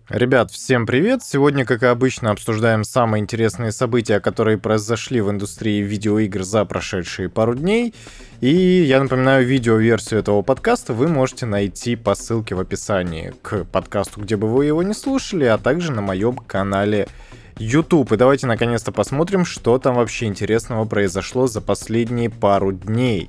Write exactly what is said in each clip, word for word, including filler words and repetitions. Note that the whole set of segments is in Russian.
Ребят, всем привет! Сегодня, как и обычно, обсуждаем самые интересные события, которые произошли в индустрии видеоигр за прошедшие пару дней. И я напоминаю, видеоверсию этого подкаста вы можете найти по ссылке в описании к подкасту, где бы вы его не слушали, а также на моем канале YouTube. И давайте наконец-то посмотрим, что там вообще интересного произошло за последние пару дней.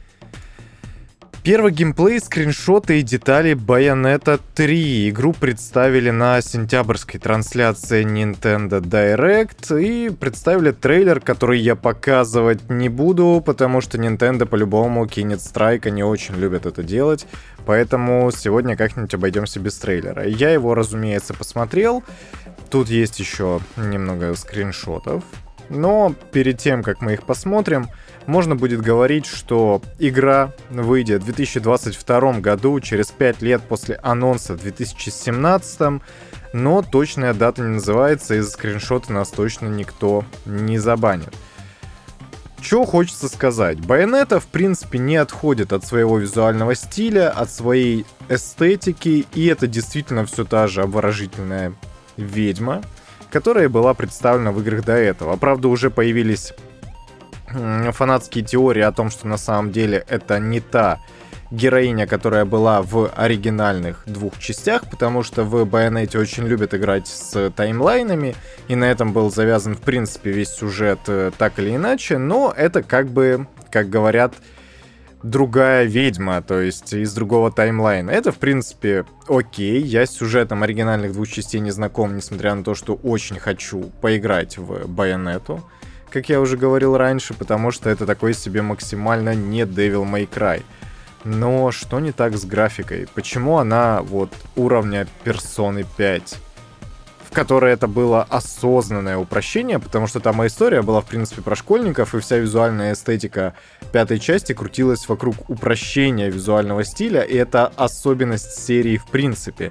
Первый геймплей, скриншоты и детали Bayonetta три. Игру представили на сентябрьской трансляции Nintendo Direct и представили трейлер, который я показывать не буду, потому что Nintendo по-любому кинет страйк, они очень любят это делать, поэтому сегодня как-нибудь обойдемся без трейлера. Я его, разумеется, посмотрел, тут есть еще немного скриншотов, но перед тем, как мы их посмотрим, можно будет говорить, что игра выйдет в две тысячи двадцать втором году, через пять лет после анонса в две тысячи семнадцатом, но точная дата не называется, из-за скриншота нас точно никто не забанит. Что хочется сказать? Bayonetta, в принципе, не отходит от своего визуального стиля, от своей эстетики, и это действительно все та же обворожительная ведьма, которая была представлена в играх до этого. Правда, уже появились фанатские теории о том, что на самом деле это не та героиня, которая была в оригинальных двух частях, потому что в Bayonetta очень любят играть с таймлайнами, и на этом был завязан, в принципе, весь сюжет так или иначе, но это как бы, как говорят, другая ведьма, то есть из другого таймлайна. Это, в принципе, окей, я с сюжетом оригинальных двух частей не знаком, несмотря на то, что очень хочу поиграть в Bayonetta, как я уже говорил раньше, потому что это такой себе максимально не Devil May Cry. Но что не так с графикой? Почему она вот уровня Persona пять? В которой это было осознанное упрощение, потому что там история была, в принципе, про школьников, и вся визуальная эстетика пятой части крутилась вокруг упрощения визуального стиля, и это особенность серии в принципе.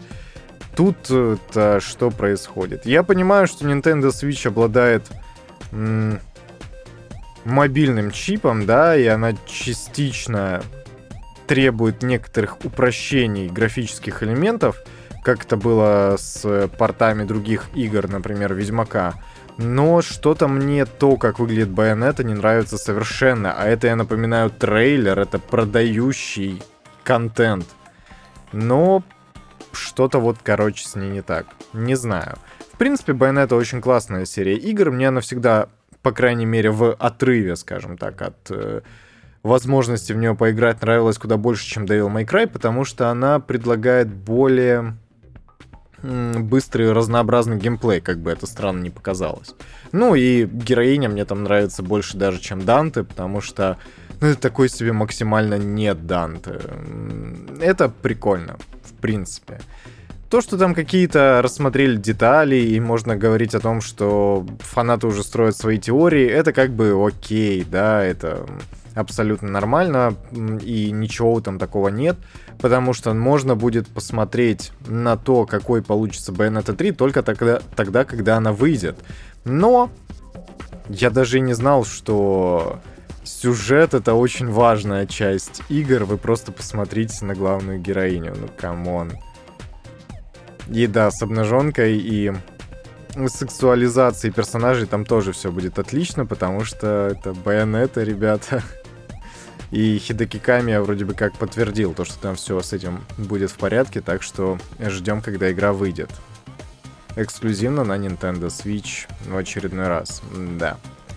Тут-то что происходит? Я понимаю, что Nintendo Switch обладает м- мобильным чипом, да, и она частично требует некоторых упрощений графических элементов, как это было с портами других игр, например, Ведьмака. Но что-то мне то, как выглядит Bayonetta, не нравится совершенно. А это, я напоминаю, трейлер, это продающий контент. Но что-то вот, короче, с ней не так. Не знаю. В принципе, Bayonetta очень классная серия игр. Мне она всегда, по крайней мере, в отрыве, скажем так, от э, возможности в нее поиграть нравилась куда больше, чем Devil May Cry, потому что она предлагает более м, быстрый и разнообразный геймплей, как бы это странно не показалось. Ну и героиня мне там нравится больше даже, чем Данте, потому что ну, это такой себе максимально не Данте. Это прикольно, в принципе. То, что там какие-то рассмотрели детали, и можно говорить о том, что фанаты уже строят свои теории, это как бы окей, да, это абсолютно нормально, и ничего там такого нет, потому что можно будет посмотреть на то, какой получится Bayonetta три только тогда, тогда, когда она выйдет. Но я даже и не знал, что сюжет — это очень важная часть игр, вы просто посмотрите на главную героиню, ну камон. И да, с обнаженкой и сексуализацией персонажей там тоже все будет отлично, потому что это Bayonetta, ребята. И Хидеки Камия вроде бы как подтвердил то, что там все с этим будет в порядке, так что ждем, когда игра выйдет. Эксклюзивно на Nintendo Switch в очередной раз, да.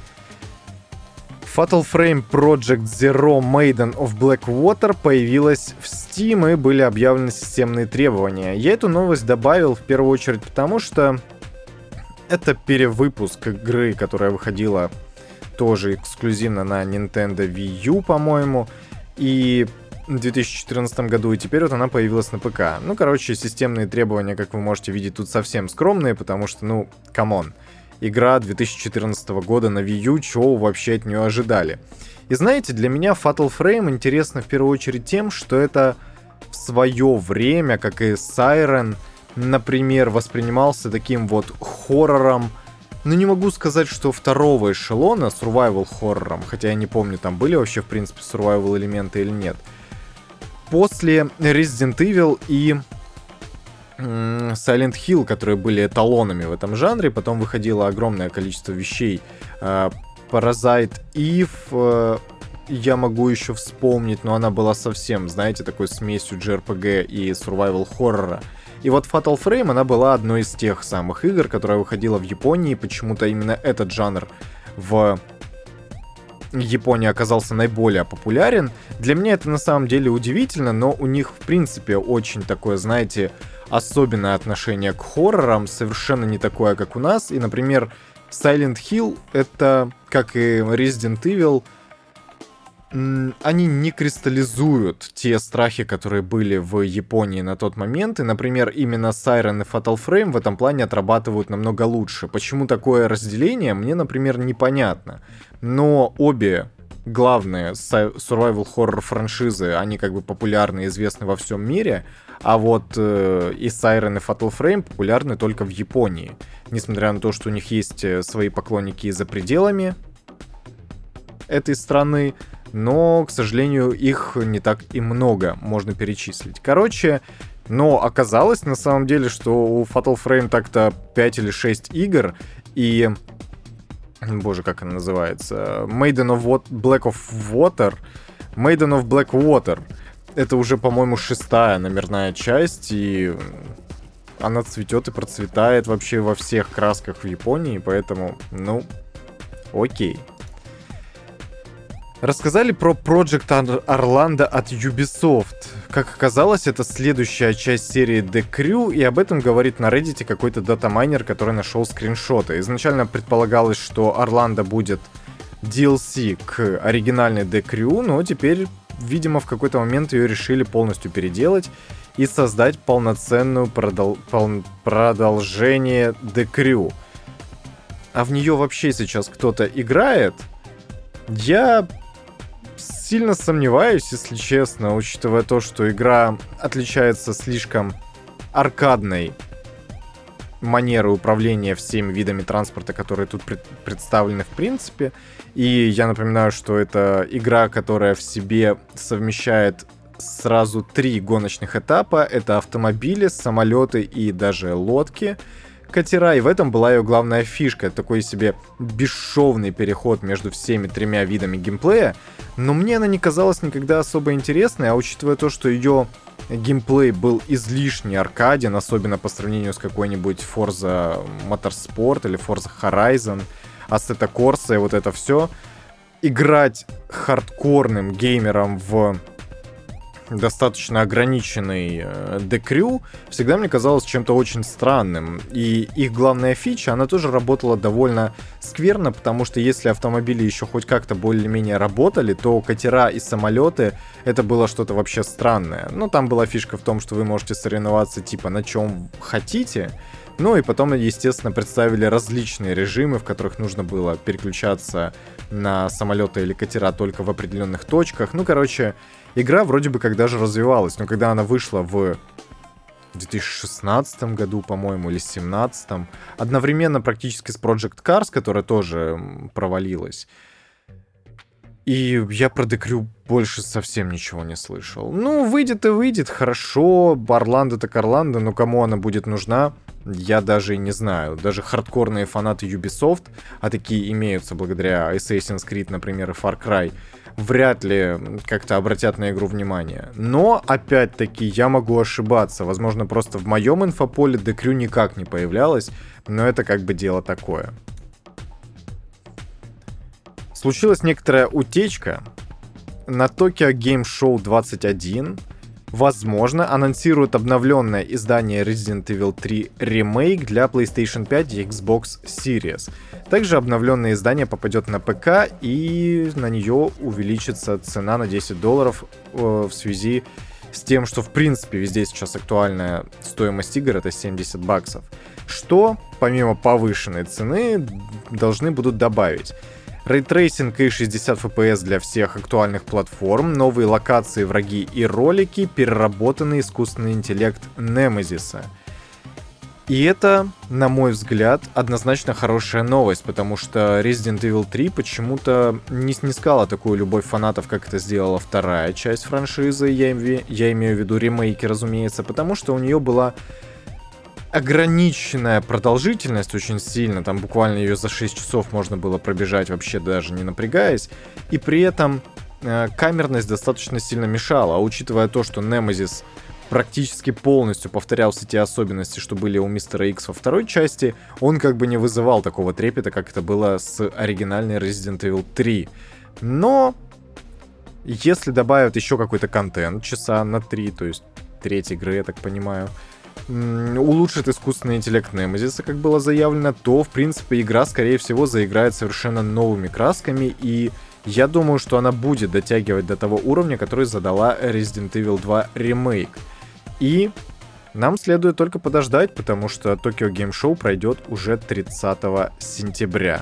Fatal Frame Project Zero Maiden of Blackwater появилась в Steam и были объявлены системные требования. Я эту новость добавил в первую очередь потому, что это перевыпуск игры, которая выходила тоже эксклюзивно на Nintendo Wii U, по-моему, и в две тысячи четырнадцатом году, и теперь вот она появилась на ПК. Ну, короче, системные требования, как вы можете видеть, тут совсем скромные, потому что, ну, камон. Игра две тысячи четырнадцатого года на Wii U, чего вы вообще от нее ожидали? И знаете, для меня Fatal Frame интересно в первую очередь тем, что это в свое время, как и Siren, например, воспринимался таким вот хоррором, ну не могу сказать, что второго эшелона, survival хоррором, хотя я не помню, там были вообще в принципе survival элементы или нет. После Resident Evil и Silent Hill, которые были эталонами в этом жанре. Потом выходило огромное количество вещей. Parasite Eve я могу еще вспомнить, но она была совсем, знаете, такой смесью джей ар пи джи и survival хоррора. И вот Fatal Frame, она была одной из тех самых игр, которая выходила в Японии. Почему-то именно этот жанр в Японии оказался наиболее популярен. Для меня это на самом деле удивительно, но у них, в принципе, очень такое, знаете, особенное отношение к хоррорам, совершенно не такое, как у нас. И, например, Silent Hill, это, как и Resident Evil, они не кристаллизуют те страхи, которые были в Японии на тот момент. И, например, именно Siren и Fatal Frame в этом плане отрабатывают намного лучше. Почему такое разделение, мне, например, непонятно. Но обе главные survival horror франшизы, они как бы популярны и известны во всем мире. А вот э, и Siren, и Fatal Frame популярны только в Японии. Несмотря на то, что у них есть свои поклонники и за пределами этой страны. Но, к сожалению, их не так и много можно перечислить. Короче, но оказалось на самом деле, что у Fatal Frame так-то пять или шесть игр, и... Боже, как она называется? Maiden of What... Black of Water. Maiden of Blackwater. Это уже, по-моему, шестая номерная часть, и она цветет и процветает вообще во всех красках в Японии, поэтому, ну, окей. Рассказали про Project Orlando от Ubisoft. Как оказалось, это следующая часть серии The Crew, и об этом говорит на Reddit какой-то датамайнер, который нашел скриншоты. Изначально предполагалось, что Орландо будет ди эл си к оригинальной The Crew, но теперь, видимо, в какой-то момент ее решили полностью переделать и создать полноценную продол- пол- продолжение The Crew. А в нее вообще сейчас кто-то играет? Я сильно сомневаюсь, если честно, учитывая то, что игра отличается слишком аркадной манерой управления всеми видами транспорта, которые тут пред- представлены в принципе. И я напоминаю, что это игра, которая в себе совмещает сразу три гоночных этапа. Это автомобили, самолеты и даже лодки, катера, и в этом была ее главная фишка. Такой себе бесшовный переход между всеми тремя видами геймплея. Но мне она не казалась никогда особо интересной, а учитывая то, что ее геймплей был излишне аркаден, особенно по сравнению с какой-нибудь Forza Motorsport или Forza Horizon, Assetto Corsa и вот это все, играть хардкорным геймером в достаточно ограниченный э, The Crew всегда мне казалось чем-то очень странным. И их главная фича, она тоже работала довольно скверно, потому что если автомобили еще хоть как-то более-менее работали, то катера и самолеты это было что-то вообще странное. Ну, там была фишка в том, что вы можете соревноваться типа на чем хотите. Ну и потом, естественно, представили различные режимы, в которых нужно было переключаться на самолеты или катера только в определенных точках. Ну, короче, игра вроде бы как даже развивалась, но когда она вышла в две тысячи шестнадцатом году, по-моему, или семнадцатом, одновременно практически с Project Cars, которая тоже провалилась, и я про The Crew больше совсем ничего не слышал. Ну, выйдет и выйдет, хорошо, Орландо так Орландо, но кому она будет нужна, я даже и не знаю. Даже хардкорные фанаты Ubisoft, а такие имеются благодаря Assassin's Creed, например, и Far Cry, вряд ли как-то обратят на игру внимание. Но, опять-таки, я могу ошибаться. Возможно, просто в моем инфополе The Crew никак не появлялась, но это как бы дело такое. Случилась некоторая утечка. На Tokyo Game Show двадцать один, возможно, анонсируют обновленное издание Resident Evil три Remake для PlayStation пять и Xbox Series. Также обновленное издание попадет на ПК, и на нее увеличится цена на десять долларов э, в связи с тем, что в принципе везде сейчас актуальная стоимость игр — это семьдесят баксов. Что, помимо повышенной цены, должны будут добавить рейтрейсинг и шестьдесят эф пи эс для всех актуальных платформ, новые локации, враги и ролики, переработанный искусственный интеллект Немезиса. И это, на мой взгляд, однозначно хорошая новость, потому что Resident Evil три почему-то не снискала такую любовь фанатов, как это сделала вторая часть франшизы, я, име... я имею в виду ремейки, разумеется, потому что у нее была ограниченная продолжительность очень сильно, там буквально ее за шесть часов можно было пробежать, вообще даже не напрягаясь, и при этом э, камерность достаточно сильно мешала, а учитывая то, что Nemesis практически полностью повторял все те особенности, что были у Мистера Икс во второй части, он как бы не вызывал такого трепета, как это было с оригинальной Resident Evil три. Но если добавят еще какой-то контент, часа на три, то есть треть игры, я так понимаю, улучшит искусственный интеллект Немезиса, как было заявлено, то, в принципе, игра, скорее всего, заиграет совершенно новыми красками, и я думаю, что она будет дотягивать до того уровня, который задала Resident Evil два ремейк. И нам следует только подождать, потому что Tokyo Game Show пройдет уже тридцатого сентября.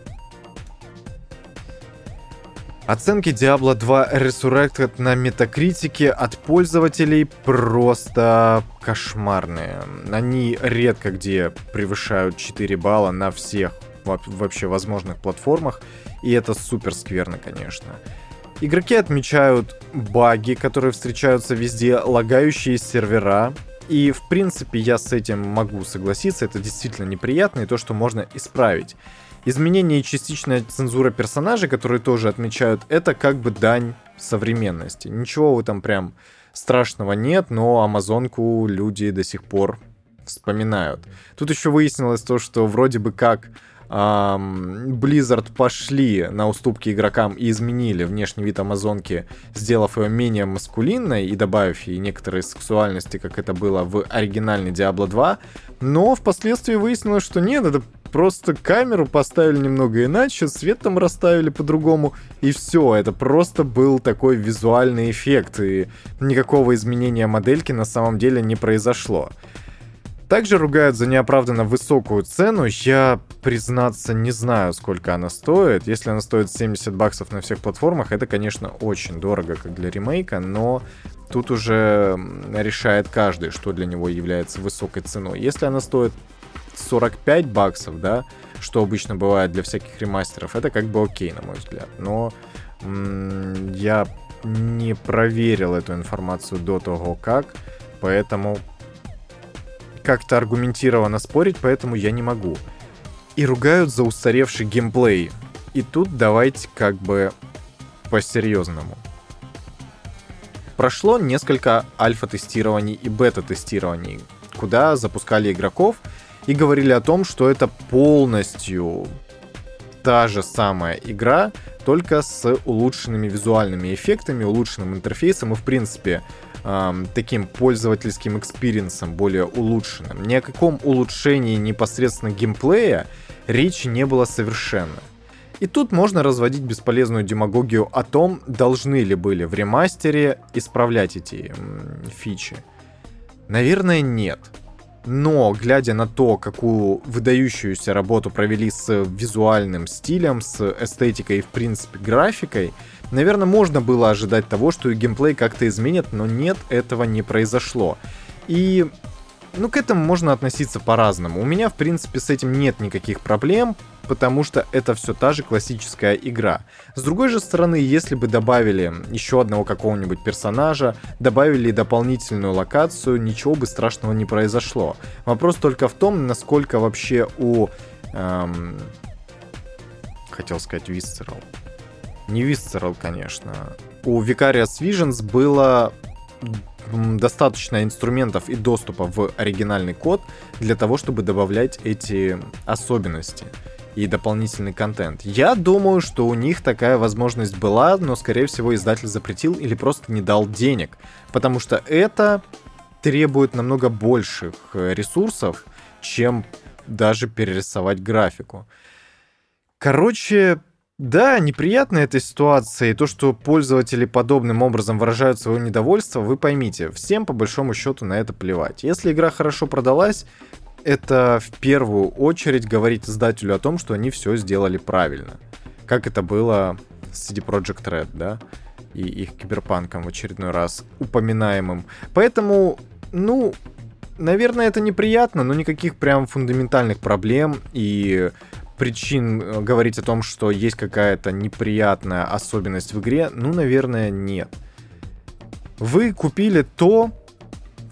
Оценки Diablo два Resurrected на Метакритике от пользователей просто кошмарные. Они редко где превышают четыре балла на всех вообще возможных платформах, и это супер скверно, конечно. Игроки отмечают баги, которые встречаются везде, лагающие сервера, и в принципе я с этим могу согласиться, это действительно неприятно, и то, что можно исправить. Изменение и частичная цензура персонажей, которые тоже отмечают, это как бы дань современности. Ничего там прям страшного нет, но Амазонку люди до сих пор вспоминают. Тут еще выяснилось то, что вроде бы как эм, Blizzard пошли на уступки игрокам и изменили внешний вид Амазонки, сделав ее менее маскулинной и добавив ей некоторые сексуальности, как это было в оригинальной Diablo два. Но впоследствии выяснилось, что нет, это просто камеру поставили немного иначе, свет там расставили по-другому, и все, это просто был такой визуальный эффект, и никакого изменения модельки на самом деле не произошло. Также ругают за неоправданно высокую цену, я, признаться, не знаю, сколько она стоит. Если она стоит семьдесят баксов на всех платформах, это, конечно, очень дорого, как для ремейка, но тут уже решает каждый, что для него является высокой ценой. Если она стоит сорок пять баксов, да, что обычно бывает для всяких ремастеров, это как бы окей, на мой взгляд. Но м- я не проверил эту информацию до того, как, поэтому как-то аргументированно спорить, поэтому я не могу. И ругают за устаревший геймплей. И тут давайте как бы по-серьезному. Прошло несколько альфа-тестирований и бета-тестирований, куда запускали игроков и говорили о том, что это полностью та же самая игра, только с улучшенными визуальными эффектами, улучшенным интерфейсом и, в принципе, эм, таким пользовательским экспириенсом более улучшенным. Ни о каком улучшении непосредственно геймплея речи не было совершенно. И тут можно разводить бесполезную демагогию о том, должны ли были в ремастере исправлять эти м, фичи. Наверное, нет. Но, глядя на то, какую выдающуюся работу провели с визуальным стилем, с эстетикой и, в принципе, графикой, наверное, можно было ожидать того, что и геймплей как-то изменят, но нет, этого не произошло. И, ну, к этому можно относиться по-разному. У меня, в принципе, с этим нет никаких проблем, потому что это все та же классическая игра. С другой же стороны, если бы добавили еще одного какого-нибудь персонажа, добавили дополнительную локацию, ничего бы страшного не произошло. Вопрос только в том, насколько вообще у... Эм, хотел сказать Visceral. Не Visceral, конечно. У Vicarious Visions было достаточно инструментов и доступа в оригинальный код для того, чтобы добавлять эти особенности и дополнительный контент. Я думаю, что у них такая возможность была, но, скорее всего, издатель запретил или просто не дал денег, потому что это требует намного больших ресурсов, чем даже перерисовать графику. Короче, да, неприятна эта ситуация, и то, что пользователи подобным образом выражают свое недовольство, вы поймите, всем по большому счету на это плевать. Если игра хорошо продалась, это в первую очередь говорит издателю о том, что они все сделали правильно. Как это было с си ди Projekt Red, да? И их киберпанком в очередной раз упоминаемым. Поэтому, ну, наверное, это неприятно, но никаких прям фундаментальных проблем и причин говорить о том, что есть какая-то неприятная особенность в игре, ну, наверное, нет. Вы купили то,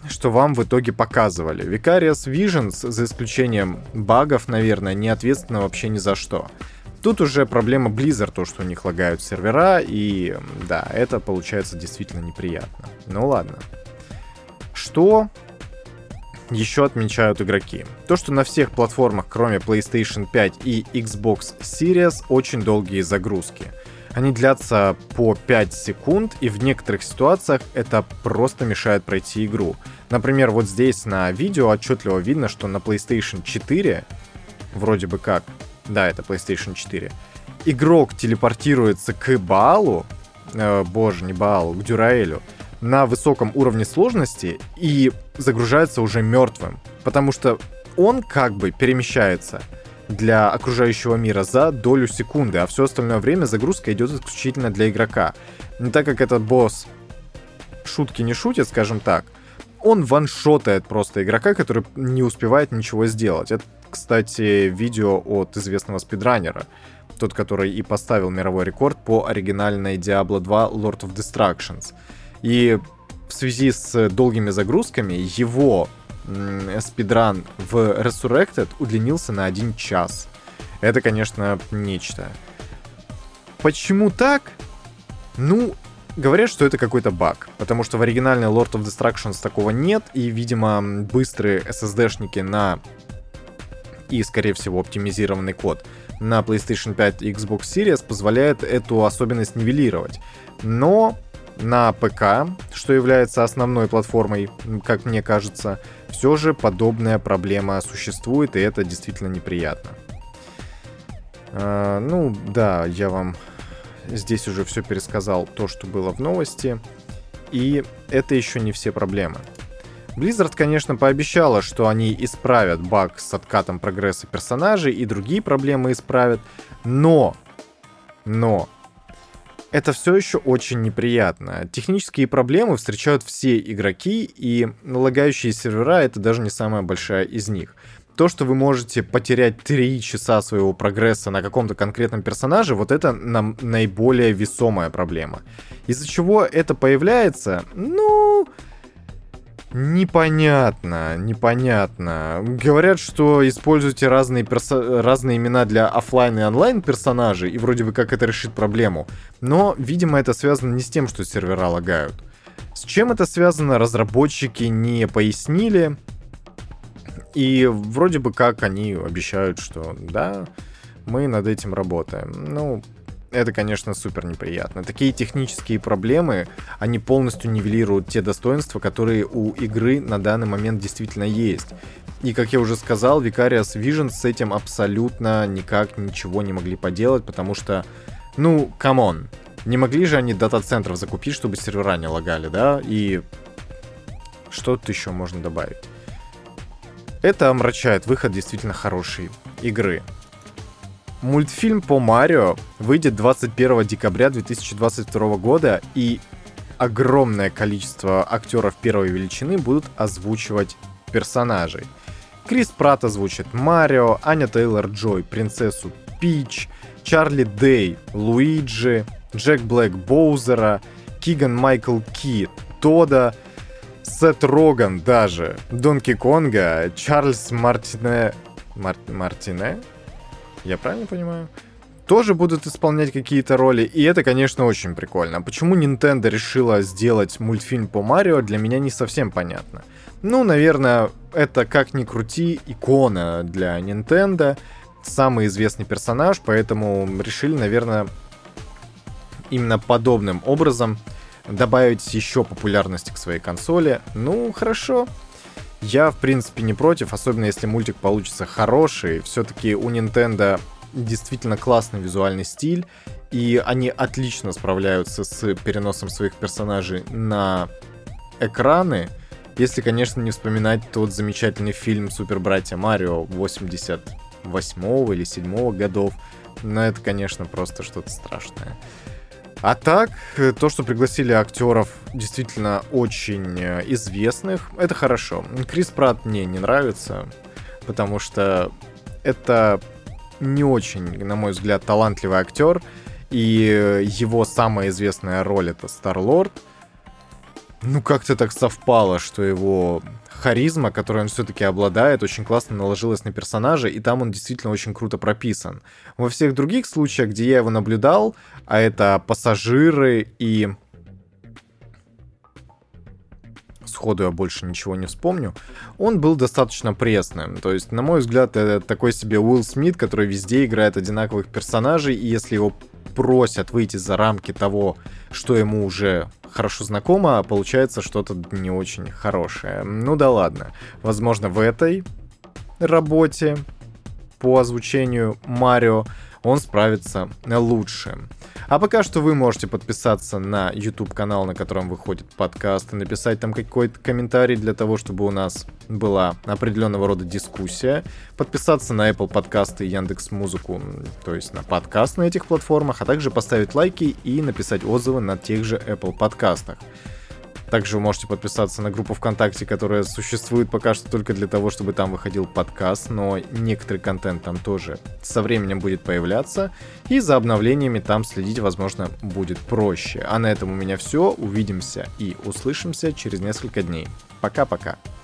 что вам в итоге показывали. Vicarious Visions, за исключением багов, наверное, не ответственна вообще ни за что. Тут уже проблема Blizzard, то, что у них лагают сервера, и да, это получается действительно неприятно. Ну ладно. Что еще отмечают игроки? То, что на всех платформах, кроме PlayStation пять и Xbox Series, очень долгие загрузки. Они длятся по пять секунд, и в некоторых ситуациях это просто мешает пройти игру. Например, вот здесь на видео отчетливо видно, что на PlayStation четыре, вроде бы как, да, это PlayStation четыре, игрок телепортируется к Баалу, э, боже, не Баалу, к Дюраэлю, на высоком уровне сложности и загружается уже мертвым, потому что он как бы перемещается для окружающего мира за долю секунды, а все остальное время загрузка идет исключительно для игрока. Не так как этот босс шутки не шутит, скажем так, он ваншотает просто игрока, который не успевает ничего сделать. Это, кстати, видео от известного спидранера, тот, который и поставил мировой рекорд по оригинальной Diablo два Lord of Destructions. И в связи с долгими загрузками его спидран в Resurrected удлинился на один час. Это, конечно, нечто. Почему так? Ну, говорят, что это какой-то баг, потому что в оригинальной Lord of Destructions такого нет, и, видимо, быстрые эс эс ди-шники на... и, скорее всего, оптимизированный код на PlayStation пять и Xbox Series позволяет эту особенность нивелировать. Но на ПК, что является основной платформой, как мне кажется, все же подобная проблема существует, и это действительно неприятно. А, ну, да, я вам здесь уже все пересказал, то, что было в новости, и это еще не все проблемы. Blizzard, конечно, пообещала, что они исправят баг с откатом прогресса персонажей и другие проблемы исправят, но, но, это все еще очень неприятно. Технические проблемы встречают все игроки, и лагающие сервера — это даже не самая большая из них. То, что вы можете потерять три часа своего прогресса на каком-то конкретном персонаже, вот это нам наиболее весомая проблема. Из-за чего это появляется? Ну... Непонятно, непонятно. Говорят, что используйте разные, перso- разные имена для офлайн и онлайн персонажей, и вроде бы как это решит проблему. Но, видимо, это связано не с тем, что сервера лагают. С чем это связано, разработчики не пояснили. И вроде бы как они обещают, что да, мы над этим работаем. Ну... Это, конечно, супер неприятно. Такие технические проблемы, они полностью нивелируют те достоинства, которые у игры на данный момент действительно есть. И, как я уже сказал, Vicarious Visions с этим абсолютно никак ничего не могли поделать, потому что, ну, камон, не могли же они дата-центров закупить, чтобы сервера не лагали, да? И что тут еще можно добавить? Это омрачает выход действительно хорошей игры. Мультфильм по Марио выйдет двадцать первого декабря две тысячи двадцать второго года, и огромное количество актеров первой величины будут озвучивать персонажей. Крис Пратт озвучит Марио, Аня Тейлор-Джой принцессу Пич, Чарли Дэй Луиджи, Джек Блэк Боузера, Киган Майкл Ки Тодда, Сет Роган даже, Донки Конга, Чарльз Мартине... Мар... Мартине? Я правильно понимаю? Тоже будут исполнять какие-то роли, и это, конечно, очень прикольно. Почему Nintendo решила сделать мультфильм по Марио, для меня не совсем понятно. Ну, наверное, это, как ни крути, икона для Nintendo, самый известный персонаж, поэтому решили, наверное, именно подобным образом добавить еще популярности к своей консоли. Ну, хорошо. Я, в принципе, не против, особенно если мультик получится хороший. Все-таки у Nintendo действительно классный визуальный стиль, и они отлично справляются с переносом своих персонажей на экраны. Если, конечно, не вспоминать тот замечательный фильм «Супер братья Марио» восемьдесят восьмого или седьмого годов. Но это, конечно, просто что-то страшное. А так, то, что пригласили актеров действительно очень известных, это хорошо. Крис Пратт мне не нравится, потому что это не очень, на мой взгляд, талантливый актер, и его самая известная роль — это Стар-Лорд. ну, как-то так совпало, что его харизма, которой он все-таки обладает, очень классно наложилась на персонажа, и там он действительно очень круто прописан. Во всех других случаях, где я его наблюдал, а это пассажиры и... Сходу я больше ничего не вспомню, он был достаточно пресным. То есть, на мой взгляд, это такой себе Уилл Смит, который везде играет одинаковых персонажей, и если его просят выйти за рамки того, что ему уже хорошо знакомо, получается что-то не очень хорошее. Ну да ладно. Возможно, в этой работе по озвучению Марио он справится лучше. А пока что вы можете подписаться на YouTube-канал, на котором выходит подкаст, и написать там какой-то комментарий для того, чтобы у нас была определенного рода дискуссия. Подписаться на Apple подкасты и Яндекс.Музыку, то есть на подкаст на этих платформах, а также поставить лайки и написать отзывы на тех же Apple подкастах. Также вы можете подписаться на группу ВКонтакте, которая существует пока что только для того, чтобы там выходил подкаст, но некоторый контент там тоже со временем будет появляться, и за обновлениями там следить, возможно, будет проще. А на этом у меня все. Увидимся и услышимся через несколько дней. Пока-пока.